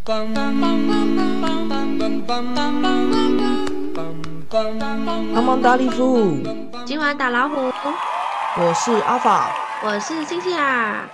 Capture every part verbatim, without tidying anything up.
帮忙打礼服， 今晚打老虎， 我是阿法， 我是星星啊。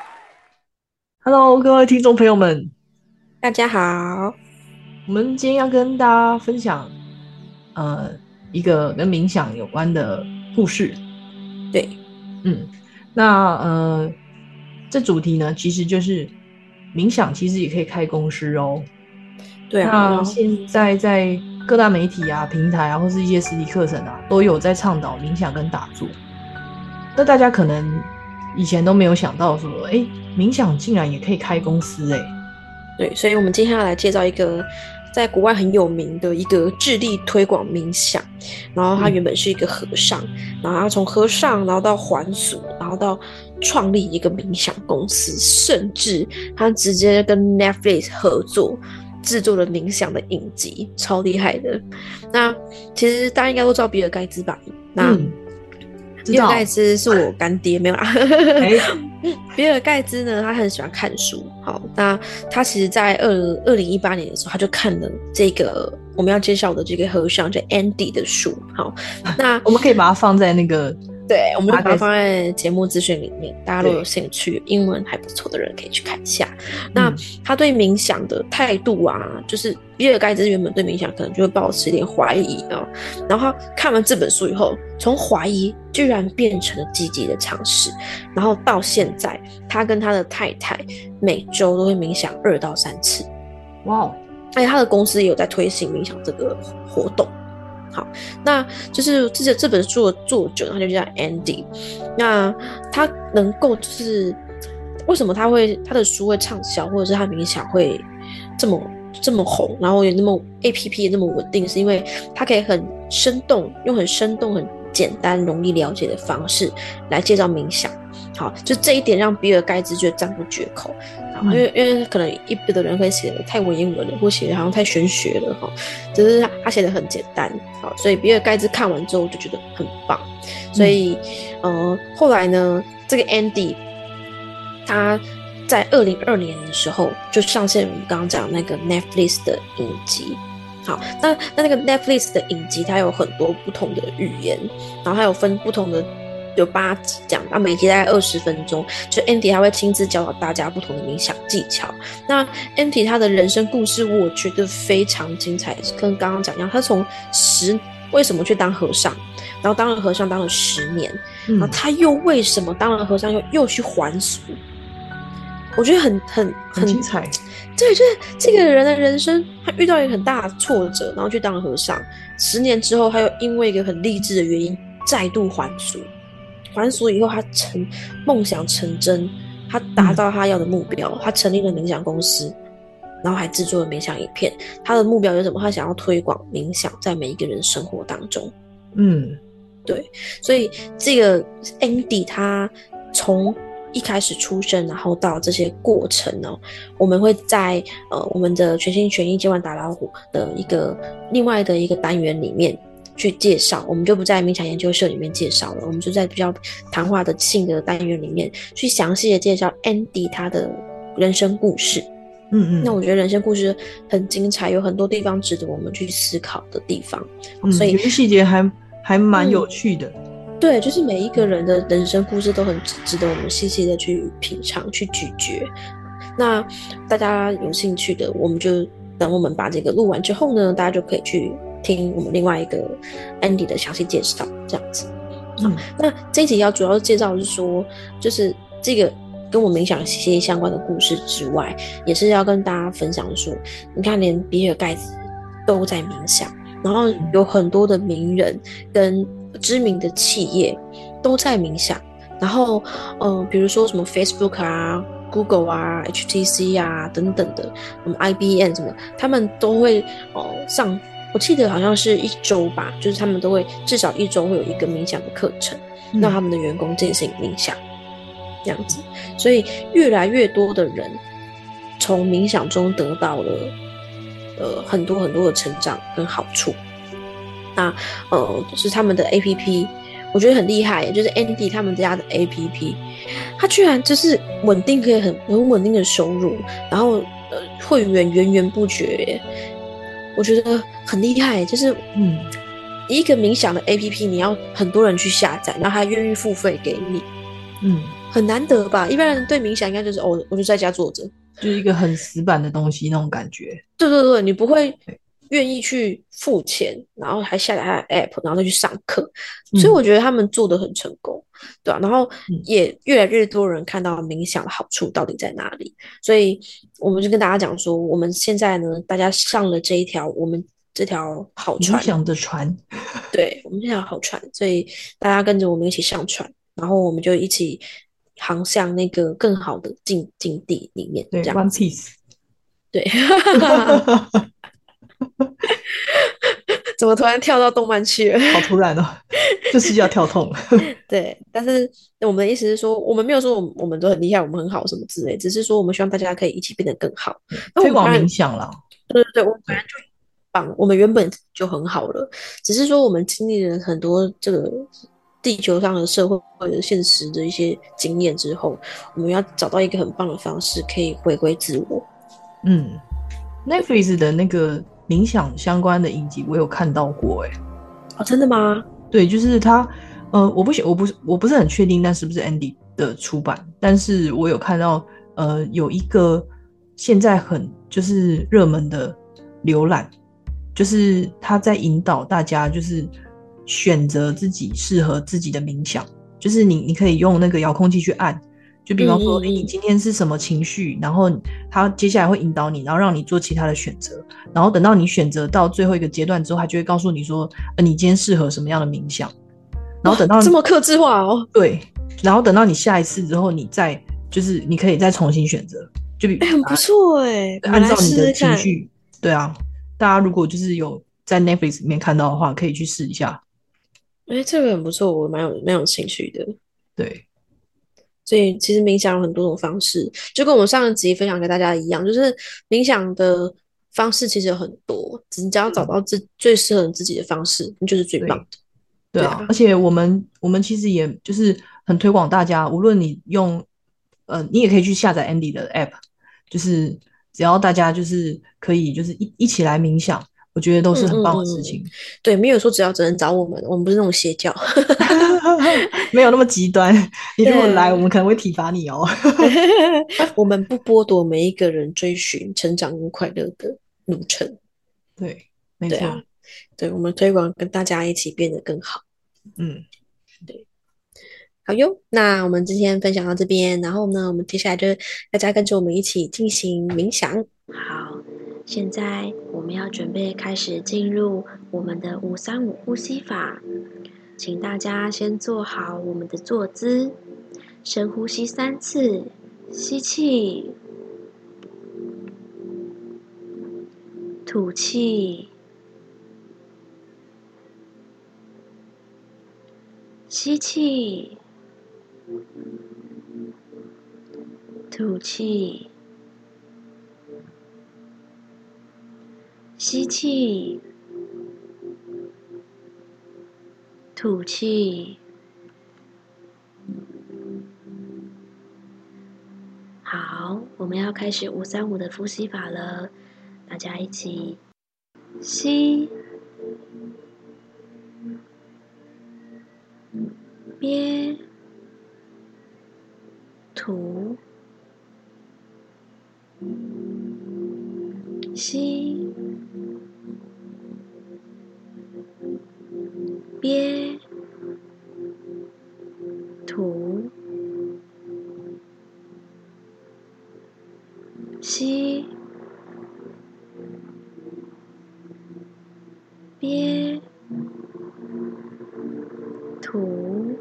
Hello，各位听众朋友们， 大家好。 我们今天要跟大家分享，呃，一个跟冥想有关的故事。 对， 嗯，那呃，这主题呢，其实就是冥想，其实也可以开公司哦。 对啊。 那现在在各大媒体啊、平台啊，或是一些实体课程啊，都有在倡导冥想跟打坐。那大家可能以前都没有想到说，哎，冥想竟然也可以开公司哎。 对，所以我们今天要来介绍一个在国外很有名的一个致力推广冥想，然后他原本是一个和尚，然后他从和尚然后到还俗，然后到创立一个冥想公司，甚至他直接跟 Netflix 合作制作了冥想的影集，超厉害的。那其实大家应该都知道比尔盖茨吧？那、 嗯比尔盖茨是我干爹，没有啦。 欸、 比尔盖茨呢，他很喜欢看书。好，那他其实在二二零一八年的时候，他就看了这个我们要介绍的这个和尚叫 Andy 的书。好，那我们可以把它放在那个， 对，我们就把它放在节目资讯里面，大家都有兴趣，英文还不错的人可以去看一下。那他对冥想的态度啊，就是比尔盖茨原本对冥想可能就会抱持一点怀疑啊，然后他看完这本书以后，从怀疑居然变成了积极的尝试，然后到现在，他跟他的太太每周都会冥想二到三次。 哇哦！ 而且他的公司也有在推行冥想这个活动。好，那就是这这本书的作者，他就叫 Andy。那他能够就是为什么他会他的书会畅销，或者是他冥想会这么这么红，然后也那么 A P P 也那么稳定，是因为他可以很生动，用很生动、很简单、容易了解的方式来介绍冥想。好，就这一点让比尔盖茨觉得赞不绝口。因为因为可能一般的人会写的太文言文了，或写的好像太玄学了哈，只是他他写的很简单，好，所以比尔盖茨看完之后就觉得很棒，所以、嗯、呃后来呢，这个 Andy 他在二零二年的时候就上线我们刚刚讲那个 Netflix 的影集。好，那那那个 Netflix 的影集它有很多不同的语言，然后它有分不同的。有八集这样，那每集大概二十分钟，就 Andy 他会亲自教导大家不同的冥想技巧。那 Andy 他的人生故事我觉得非常精彩，跟刚刚讲一样，他从十为什么去当和尚，然后当了和尚当了十年，然后他又为什么当了和尚又又去还俗，我觉得很很很精彩。 对，就是这个人的人生，他遇到一个很大的挫折，然后去当了和尚，十年之后，他又因为一个很励志的原因再度还俗。还俗以后，他成梦想成真，他达到他要的目标，嗯、他成立了冥想公司，然后还制作了冥想影片。他的目标是什么？他想要推广冥想在每一个人生活当中。嗯，对，所以这个 Andy 他从一开始出生，然后到这些过程呢，我们会在呃我们的全心全意今晚打老虎的一个另外的一个单元里面。去介绍，我们就不在冥想研究社里面介绍了，我们就在比较谈话的性的单元里面去详细的介绍 Andy 他的人生故事。嗯嗯，那我觉得人生故事很精彩，有很多地方值得我们去思考的地方， 嗯、所以有些细节还还蛮有趣的、 嗯。对，就是每一个人的人生故事都很值得我们细细的去品尝、去咀嚼。那大家有兴趣的，我们就等我们把这个录完之后呢，大家就可以去。听我们另外一个 Andy 的详细介绍，这样子。嗯，那这一集要主要介绍的是说，就是这个跟我冥想息息相关的故事之外，也是要跟大家分享说，你看连比尔盖茨都在冥想，然后有很多的名人跟知名的企业都在冥想，然后呃，比如说什么 Facebook 啊。Google 啊 H T C 啊等等的，什么 I B M 什么，他们都会哦、呃、上，我记得好像是一周吧，就是他们都会至少一周会有一个冥想的课程，嗯、让他们的员工进行冥想，这样子，所以越来越多的人从冥想中得到了呃很多很多的成长跟好处。那呃就是他们的 A P P， 我觉得很厉害，就是 Andy 他们家的 A P P。他居然就是稳定，可以很很稳定的收入，然后呃会员源源不绝，我觉得很厉害。就是嗯一个冥想的 A P P，你要很多人去下载，然后还愿意付费给你， 嗯， 很难得吧？一般人对冥想应该就是哦，我就在家坐着。 就是一个很死板的东西那种感觉。 对对对，你不会对， 愿意去付钱，然后还下载他的 app，然后再去上课。所以嗯我觉得他们做的很成功，对吧、然后嗯， 也越来越多人看到冥想的好处到底在哪里。所以我们就跟大家讲说，我们现在呢，大家上了这一条，我们这条好船， 冥想的船。 对，我们这条好船，所以大家跟着我们一起上船，然后我们就一起航向那个更好的境境地里面， 对，One 这样子。 Piece。 对，怎么突然跳到动漫去了？ 好突然哦，就是要跳痛。 对，但是我们的意思是说，我们没有说我们我们都很厉害，我们很好什么之类，只是说我们希望大家可以一起变得更好。那我推广们当然， 冥想啦。 对对对，我们本来对， 就棒，我们原本就很好了，只是说我们经历了很多这个地球上的社会的现实的一些经验之后，我们要找到一个很棒的方式，可以回归自我。 嗯，Netflix 的那个冥想相关的影集我有看到过。哎， 哦，真的吗？ 对，就是他，呃，我不晓，我不是，我不是很确定那是不是 Andy 的出版，但是我有看到，呃，有一个现在很就是热门的浏览，就是他在引导大家，就是选择自己适合自己的冥想，就是你你可以用那个遥控器去按，就比嗯方说，哎，你嗯嗯， 今天是什么情绪，然后他接下来会引导你，然后让你做其他的选择，然后等到你选择到最后一个阶段之后，他就会告诉你说，呃，你今天适合什么样的冥想，然后哇， 等到这么客制化哦。 对，然后等到你下一次之后，你再就是你可以再重新选择，就比哎，很不错哎，我们按照你的来试试看。 情绪。对啊，大家如果就是有在 Netflix 里面看到的话，可以去试一下。 哎，这个很不错，我蛮有蛮有兴趣的。 对， 所以其实冥想有很多种方式，就跟我们上一集分享给大家一样，就是冥想的方式其实有很多，只只要找嗯， 到自最适合你自己的方式，那就是最棒对。 的。 对啊， 对啊， 而且我们我们其实也就是很推广大家，无论你用呃，你也可以去下载 Andy 的 app，就是只要大家就是可以就是一一起来冥想，我觉得都嗯嗯是很棒的事嗯， 情。 对，没有说只要只能找我们，我们不是那种邪教。 没有那么极端，你如果来，我对， 们可能会体罚你哦。 我们不剥夺每一个人追寻成长跟快乐的路程。 对，没对啊， 错。 对，我们推广跟大家一起变得更好。 嗯， 对。好哟，那我们今天分享到这边，然后呢，我们接下来就大家跟着我们一起进行冥想。好，现在我们要准备开始进入我们的五三五呼吸法，请大家先做好我们的坐姿，深呼吸三次，吸气，吐气，吸气，吐气，吸气，吐气。好，我们要开始五三五的呼吸法了，大家一起吸，憋，吐，吸，憋，吐，吸，憋，吐，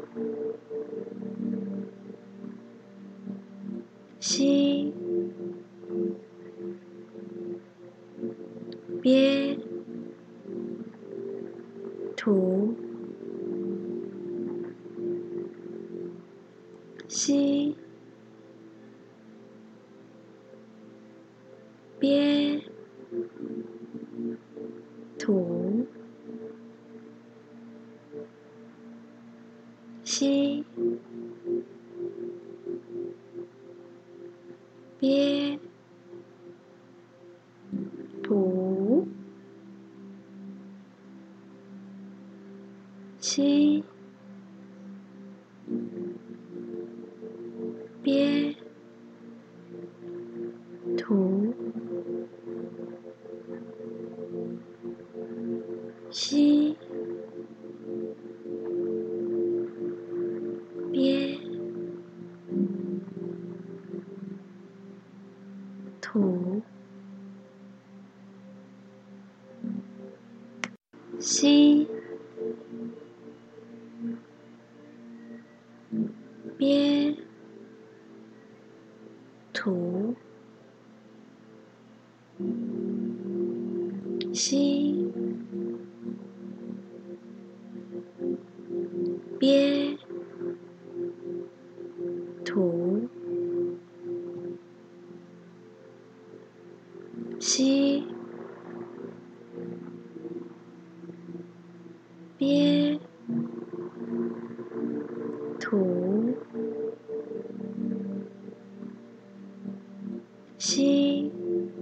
吸，憋，吐，吸，憋，吐，吸，憋， 吸，憋，吐，吸，憋，吐，吸，憋，吐，吸，憋，吐，吸，憋，吐，吸，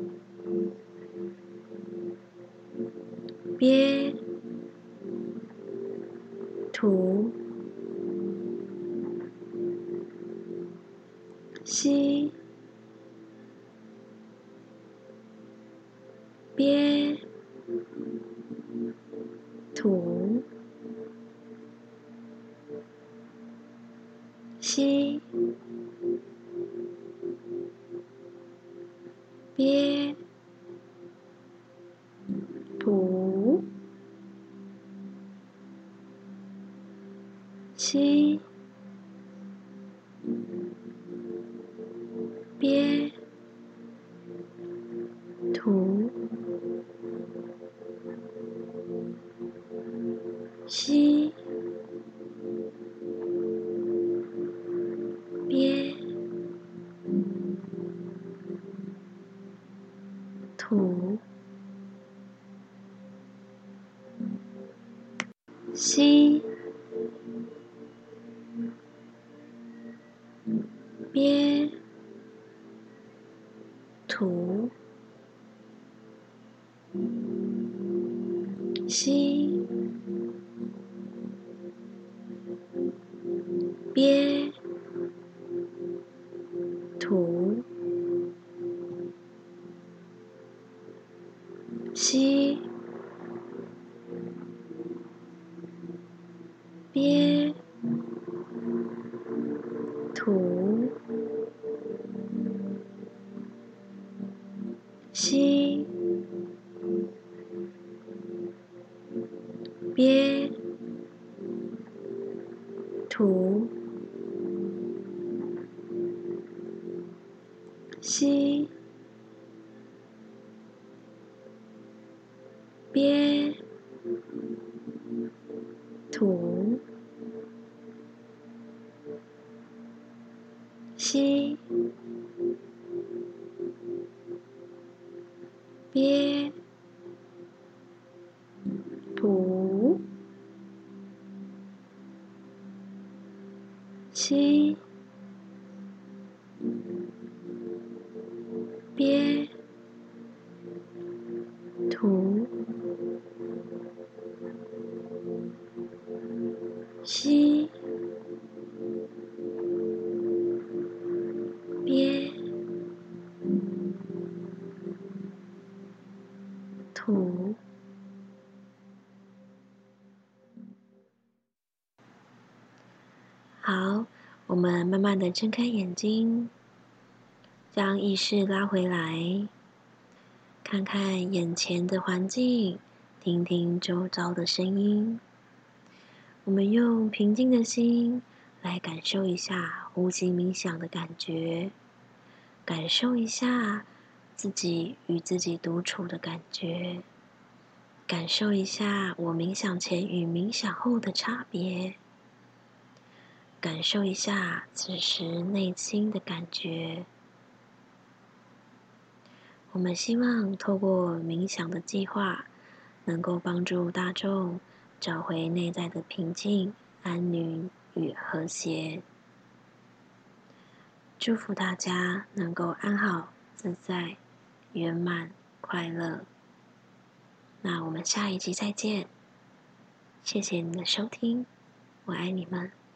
憋，吐，吸，憋，吐，吸，憋，吐，吸，憋，吐，吸，憋，吐，吸，憋，吐，吸，憋，吐，吸，憋，吐，吸，憋，吐，吸，憋，吐，吸，憋，吐，吸，憋，吐，吸，憋，吐。好，我们慢慢的睁开眼睛，将意识拉回来，看看眼前的环境，听听周遭的声音。我们用平静的心来感受一下呼吸冥想的感觉，感受一下自己与自己独处的感觉，感受一下我冥想前与冥想后的差别，感受一下此时内心的感觉。我们希望透过冥想的计划，能够帮助大众找回内在的平静、安宁与和谐。祝福大家能够安好、自在、圆满、快乐。那我们下一集再见。 谢谢你的收听，我爱你们。